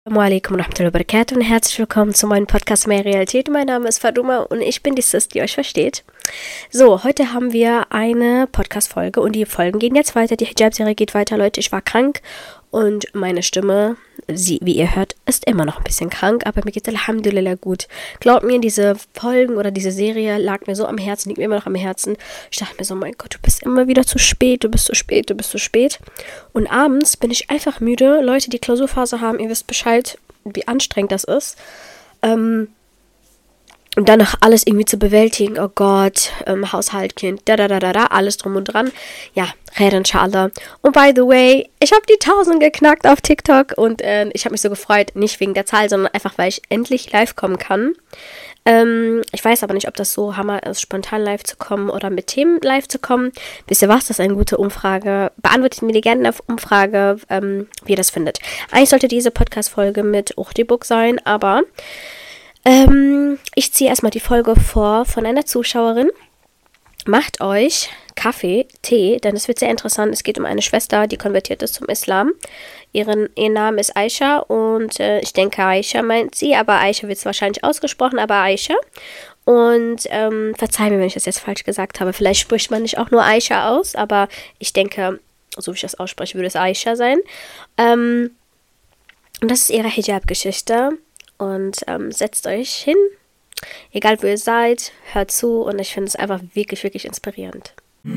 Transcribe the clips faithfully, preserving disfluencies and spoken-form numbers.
Assalamu alaikum wa rahmatullahi wa barakatuh und herzlich willkommen zu meinem Podcast Mehr Realität. Mein Name ist Faduma und ich bin die Sis, die euch versteht. So, heute haben wir eine Podcast-Folge und die Folgen gehen jetzt weiter. Die Hijab-Serie geht weiter, Leute. Ich war krank und meine Stimme, sie, wie ihr hört, ist immer noch ein bisschen krank, aber mir geht es alhamdulillah gut. Glaubt mir, diese Folgen oder diese Serie lag mir so am Herzen, liegt mir immer noch am Herzen. Ich dachte mir so, mein Gott, du bist immer wieder zu spät, du bist zu spät, du bist zu spät. Und abends bin ich einfach müde. Leute, die Klausurphase haben, ihr wisst Bescheid, wie anstrengend das ist. Ähm, und dann noch alles irgendwie zu bewältigen. Oh Gott, ähm, Haushalt, Kind, da, da, da, da, da, alles drum und dran. Ja, Khair inshallah. Und by the way, ich habe die tausend geknackt auf TikTok und äh, ich habe mich so gefreut, nicht wegen der Zahl, sondern einfach, weil ich endlich live kommen kann. Ähm, ich weiß aber nicht, ob das so Hammer ist, spontan live zu kommen oder mit Themen live zu kommen. Wisst ihr was, das ist eine gute Umfrage. Beantwortet mir die gerne auf Umfrage, ähm, wie ihr das findet. Eigentlich sollte diese Podcast-Folge mit Uchtibuk sein, aber ähm, ich ziehe erstmal die Folge vor von einer Zuschauerin. Macht euch Kaffee, Tee, denn es wird sehr interessant. Es geht um eine Schwester, die konvertiert ist zum Islam. Ihren, ihr Name ist Aisha und äh, ich denke Aisha meint sie, aber Aisha wird es wahrscheinlich ausgesprochen, aber Aisha. Und ähm, verzeih mir, wenn ich das jetzt falsch gesagt habe. Vielleicht spricht man nicht auch nur Aisha aus, aber ich denke, so wie ich das ausspreche, würde es Aisha sein. Ähm, und das ist ihre Hijab-Geschichte. Und ähm, setzt euch hin, egal wo ihr seid, hört zu und ich finde es einfach wirklich, wirklich inspirierend.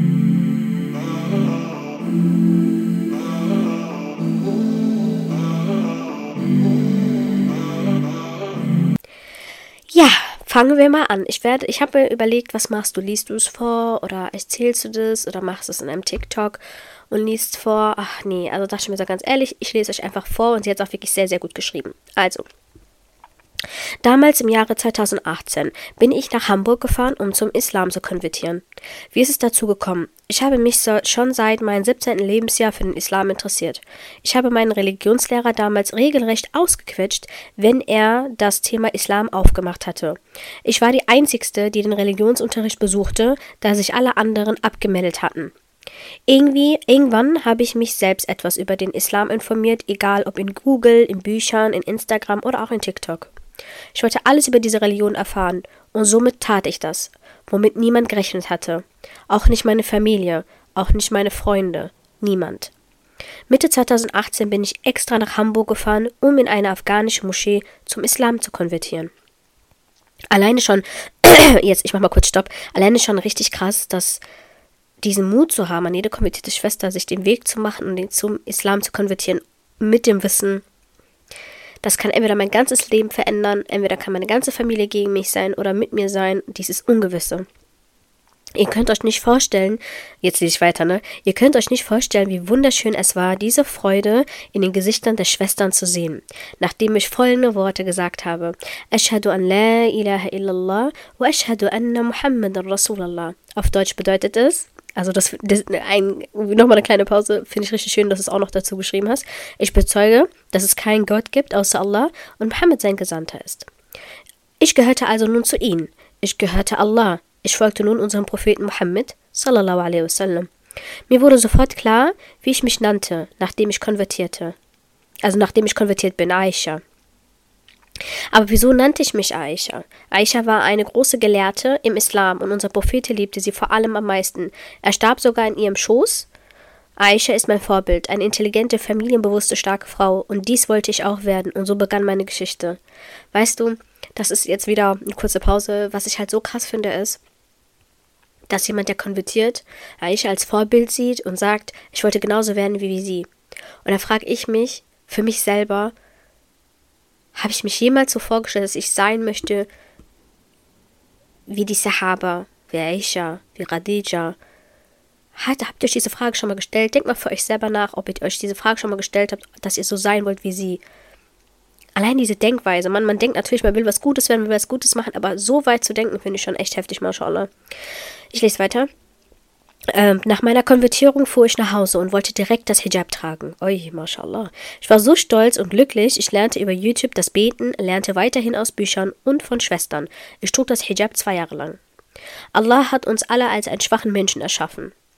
Ja, fangen wir mal an. Ich werde, ich habe mir überlegt, was machst du? Liest du es vor oder erzählst du das oder machst es in einem TikTok und liest vor? Ach nee, also dachte ich mir so ganz ehrlich, ich lese euch einfach vor und sie hat es auch wirklich sehr, sehr gut geschrieben. Also, damals im Jahre zweitausendachtzehn bin ich nach Hamburg gefahren, um zum Islam zu konvertieren. Wie ist es dazu gekommen? Ich habe mich so, schon seit meinem siebzehnten Lebensjahr für den Islam interessiert. Ich habe meinen Religionslehrer damals regelrecht ausgequetscht, wenn er das Thema Islam aufgemacht hatte. Ich war die Einzigste, die den Religionsunterricht besuchte, da sich alle anderen abgemeldet hatten. Irgendwie, irgendwann habe ich mich selbst etwas über den Islam informiert, egal ob in Google, in Büchern, in Instagram oder auch in TikTok. Ich wollte alles über diese Religion erfahren und somit tat ich das, womit niemand gerechnet hatte. Auch nicht meine Familie, auch nicht meine Freunde, niemand. Mitte zweitausendachtzehn bin ich extra nach Hamburg gefahren, um in eine afghanische Moschee zum Islam zu konvertieren. Alleine schon, jetzt, ich mach mal kurz Stopp, alleine schon richtig krass, dass diesen Mut zu haben, an jede konvertierte Schwester sich den Weg zu machen und den zum Islam zu konvertieren, mit dem Wissen, das kann entweder mein ganzes Leben verändern, entweder kann meine ganze Familie gegen mich sein oder mit mir sein, dieses Ungewisse. Ihr könnt euch nicht vorstellen, jetzt lese ich weiter, ne? Ihr könnt euch nicht vorstellen, wie wunderschön es war, diese Freude in den Gesichtern der Schwestern zu sehen, nachdem ich folgende Worte gesagt habe. Ashhadu an la ilaha illallah wa ashhadu anna Muhammadan Rasulallah. Auf Deutsch bedeutet es, also das, das ein, nochmal eine kleine Pause, finde ich richtig schön, dass du es auch noch dazu geschrieben hast. Ich bezeuge, dass es keinen Gott gibt außer Allah und Muhammad sein Gesandter ist. Ich gehörte also nun zu ihnen. Ich gehörte Allah. Ich folgte nun unserem Propheten Muhammad, sallallahu alaihi wasallam. Mir wurde sofort klar, wie ich mich nannte, nachdem ich konvertierte. Also nachdem ich konvertiert bin, Aisha. Aber wieso nannte ich mich Aisha? Aisha war eine große Gelehrte im Islam und unser Prophet liebte sie vor allem am meisten. Er starb sogar in ihrem Schoß. Aisha ist mein Vorbild, eine intelligente, familienbewusste, starke Frau und dies wollte ich auch werden und so begann meine Geschichte. Weißt du, das ist jetzt wieder eine kurze Pause, was ich halt so krass finde ist, dass jemand, der konvertiert, Aisha als Vorbild sieht und sagt, ich wollte genauso werden wie sie. Und da frage ich mich, für mich selber, habe ich mich jemals so vorgestellt, dass ich sein möchte wie die Sahaba, wie Aisha, wie Khadija? Hat, habt ihr euch diese Frage schon mal gestellt? Denkt mal für euch selber nach, ob ihr euch diese Frage schon mal gestellt habt, dass ihr so sein wollt wie sie. Allein diese Denkweise, man, man denkt natürlich, man will was Gutes werden, man will was Gutes machen, aber so weit zu denken, finde ich schon echt heftig, mashallah. Ich lese weiter. Ähm, nach meiner Konvertierung fuhr ich nach Hause und wollte direkt das Hijab tragen. Oi, mashallah. Ich war so stolz und glücklich, ich lernte über YouTube das Beten, lernte weiterhin aus Büchern und von Schwestern. Ich trug das Hijab zwei Jahre lang. Allah hat uns alle als einen schwachen Menschen erschaffen.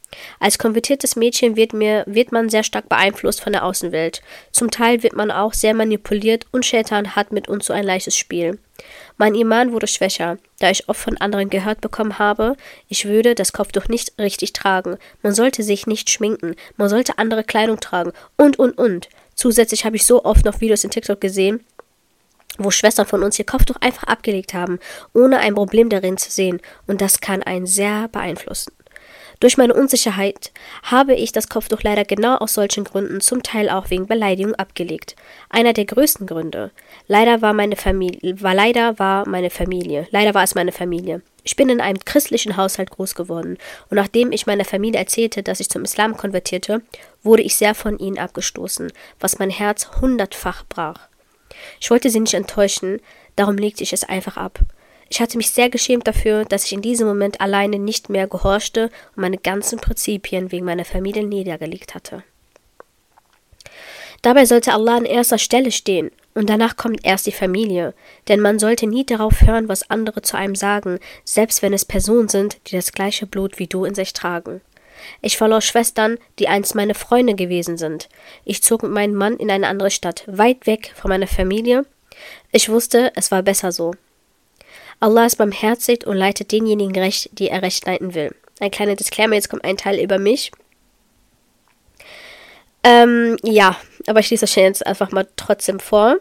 Als konvertiertes Mädchen wird, mir, wird man sehr stark beeinflusst von der Außenwelt. Zum Teil wird man auch sehr manipuliert und Shaitan hat mit uns so ein leichtes Spiel. Mein Iman wurde schwächer, da ich oft von anderen gehört bekommen habe, ich würde das Kopftuch nicht richtig tragen, man sollte sich nicht schminken, man sollte andere Kleidung tragen und, und, und. Zusätzlich habe ich so oft noch Videos in TikTok gesehen, wo Schwestern von uns ihr Kopftuch einfach abgelegt haben, ohne ein Problem darin zu sehen, und das kann einen sehr beeinflussen. Durch meine Unsicherheit habe ich das Kopftuch leider genau aus solchen Gründen, zum Teil auch wegen Beleidigung, abgelegt. Einer der größten Gründe. Leider war meine Familie, war leider war meine Familie. Leider war es meine Familie. Ich bin in einem christlichen Haushalt groß geworden und nachdem ich meiner Familie erzählte, dass ich zum Islam konvertierte, wurde ich sehr von ihnen abgestoßen, was mein Herz hundertfach brach. Ich wollte sie nicht enttäuschen, darum legte ich es einfach ab. Ich hatte mich sehr geschämt dafür, dass ich in diesem Moment alleine nicht mehr gehorchte und meine ganzen Prinzipien wegen meiner Familie niedergelegt hatte. Dabei sollte Allah an erster Stelle stehen und danach kommt erst die Familie, denn man sollte nie darauf hören, was andere zu einem sagen, selbst wenn es Personen sind, die das gleiche Blut wie du in sich tragen. Ich verlor Schwestern, die einst meine Freunde gewesen sind. Ich zog mit meinem Mann in eine andere Stadt, weit weg von meiner Familie. Ich wusste, es war besser so. Allah ist barmherzig und leitet denjenigen recht, die er recht leiten will. Ein kleiner Disclaimer, jetzt kommt ein Teil über mich. Ähm, ja, aber ich lese das jetzt einfach mal trotzdem vor.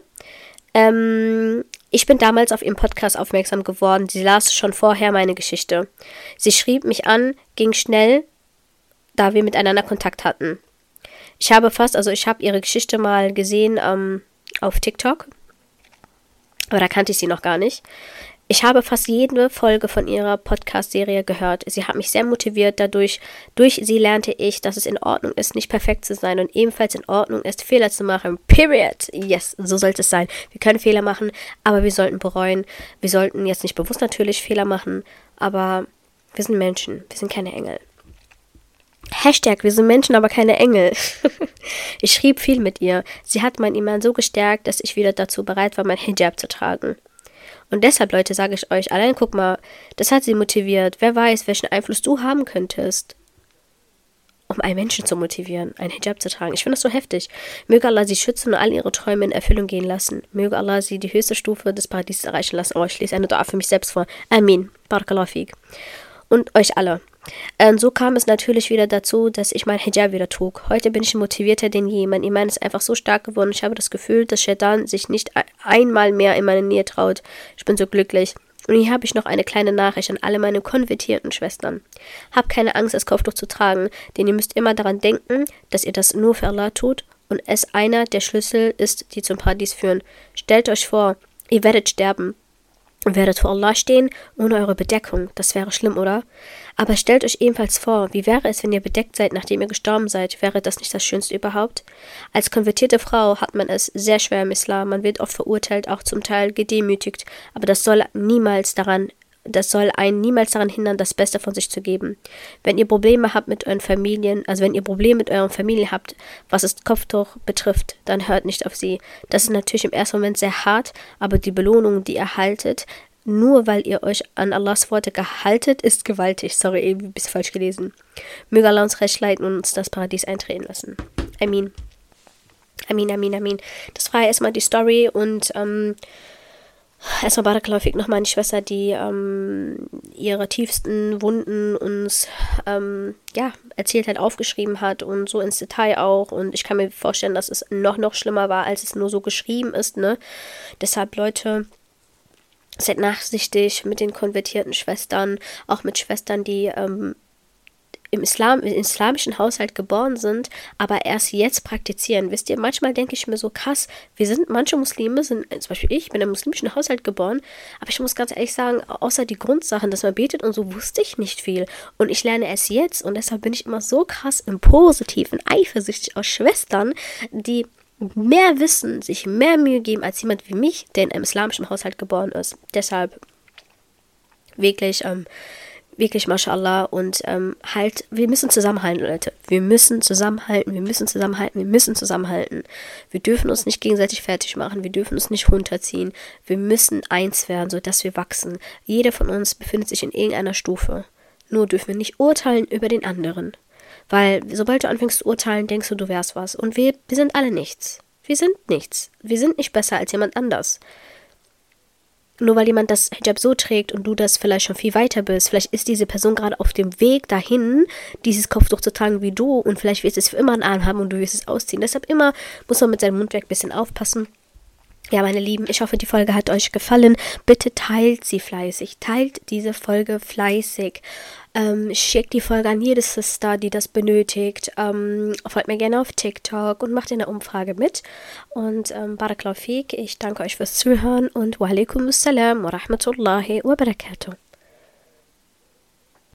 Ähm, ich bin damals auf ihrem Podcast aufmerksam geworden. Sie las schon vorher meine Geschichte. Sie schrieb mich an, ging schnell, da wir miteinander Kontakt hatten. Ich habe fast, also ich habe ihre Geschichte mal gesehen ähm, auf TikTok. Aber da kannte ich sie noch gar nicht. Ich habe fast jede Folge von ihrer Podcast-Serie gehört. Sie hat mich sehr motiviert. Dadurch, durch sie lernte ich, dass es in Ordnung ist, nicht perfekt zu sein und ebenfalls in Ordnung ist, Fehler zu machen. Period. Yes, so sollte es sein. Wir können Fehler machen, aber wir sollten bereuen. Wir sollten jetzt nicht bewusst natürlich Fehler machen, aber wir sind Menschen. Wir sind keine Engel. Hashtag, wir sind Menschen, aber keine Engel. Ich schrieb viel mit ihr. Sie hat mein Iman so gestärkt, dass ich wieder dazu bereit war, mein Hijab zu tragen. Und deshalb, Leute, sage ich euch, allein guck mal, das hat sie motiviert. Wer weiß, welchen Einfluss du haben könntest, um einen Menschen zu motivieren, einen Hijab zu tragen. Ich finde das so heftig. Möge Allah sie schützen und all ihre Träume in Erfüllung gehen lassen. Möge Allah sie die höchste Stufe des Paradieses erreichen lassen. Oh, ich lese eine Dua für mich selbst vor. Amin. Barakallahu fiik. Und euch alle. Und so kam es natürlich wieder dazu, dass ich mein Hijab wieder trug. Heute bin ich motivierter denn je. Mein Iman ist einfach so stark geworden. Ich habe das Gefühl, dass Shaitan sich nicht einmal mehr in meine Nähe traut. Ich bin so glücklich. Und hier habe ich noch eine kleine Nachricht an alle meine konvertierten Schwestern. Habt keine Angst, das Kopftuch zu tragen, denn ihr müsst immer daran denken, dass ihr das nur für Allah tut und es einer der Schlüssel ist, die zum Paradies führen. Stellt euch vor, ihr werdet sterben. Und werdet vor Allah stehen, ohne eure Bedeckung. Das wäre schlimm, oder? Aber stellt euch ebenfalls vor, wie wäre es, wenn ihr bedeckt seid, nachdem ihr gestorben seid? Wäre das nicht das Schönste überhaupt? Als konvertierte Frau hat man es sehr schwer im Islam. Man wird oft verurteilt, auch zum Teil gedemütigt. Aber das soll niemals daran Das soll einen niemals daran hindern, das Beste von sich zu geben. Wenn ihr Probleme habt mit euren Familien, also wenn ihr Probleme mit euren Familien habt, was das Kopftuch betrifft, dann hört nicht auf sie. Das ist natürlich im ersten Moment sehr hart, aber die Belohnung, die ihr erhaltet, nur weil ihr euch an Allahs Worte gehaltet, ist gewaltig. Sorry, ich habe ein bisschen falsch gelesen. Möge Allah uns recht leiten und uns das Paradies eintreten lassen. Amin. Amin, amin, amin. Das war erstmal die Story und ähm, erstmal Barakallahu fiik nochmal an die Schwester, die ähm, ihre tiefsten Wunden uns ähm, ja, erzählt hat, aufgeschrieben hat und so ins Detail auch. Und ich kann mir vorstellen, dass es noch, noch schlimmer war, als es nur so geschrieben ist, ne? Deshalb, Leute, seid nachsichtig mit den konvertierten Schwestern, auch mit Schwestern, die ähm, im Islam, im islamischen Haushalt geboren sind, aber erst jetzt praktizieren. Wisst ihr, manchmal denke ich mir so krass, wir sind, manche Muslime sind, zum Beispiel ich, bin im muslimischen Haushalt geboren, aber ich muss ganz ehrlich sagen, außer die Grundsachen, dass man betet und so, wusste ich nicht viel. Und ich lerne es jetzt und deshalb bin ich immer so krass im Positiven, eifersüchtig aus Schwestern, die mehr wissen, sich mehr Mühe geben als jemand wie mich, der in einem islamischen Haushalt geboren ist. Deshalb wirklich, ähm, wirklich, mashallah, und ähm, halt, wir müssen zusammenhalten, Leute. Wir müssen zusammenhalten, wir müssen zusammenhalten, wir müssen zusammenhalten. Wir dürfen uns nicht gegenseitig fertig machen, wir dürfen uns nicht runterziehen. Wir müssen eins werden, sodass wir wachsen. Jeder von uns befindet sich in irgendeiner Stufe. Nur dürfen wir nicht urteilen über den anderen. Weil sobald du anfängst zu urteilen, denkst du, du wärst was. Und wir, wir sind alle nichts. Wir sind nichts. Wir sind nicht besser als jemand anders. Nur weil jemand das Hijab so trägt und du das vielleicht schon viel weiter bist, vielleicht ist diese Person gerade auf dem Weg dahin, dieses Kopftuch zu tragen wie du und vielleicht wirst du es für immer einen Arm haben und du wirst es ausziehen. Deshalb immer muss man mit seinem Mundwerk ein bisschen aufpassen. Ja, meine Lieben, ich hoffe, die Folge hat euch gefallen. Bitte teilt sie fleißig. Teilt diese Folge fleißig. Ähm, schickt die Folge an jede Sister, die das benötigt. Ähm, folgt mir gerne auf TikTok und macht in der Umfrage mit. Und ähm, Barakallahu Fik, ich danke euch fürs Zuhören und wa alaikum assalam wa rahmatullahi wa barakatuh.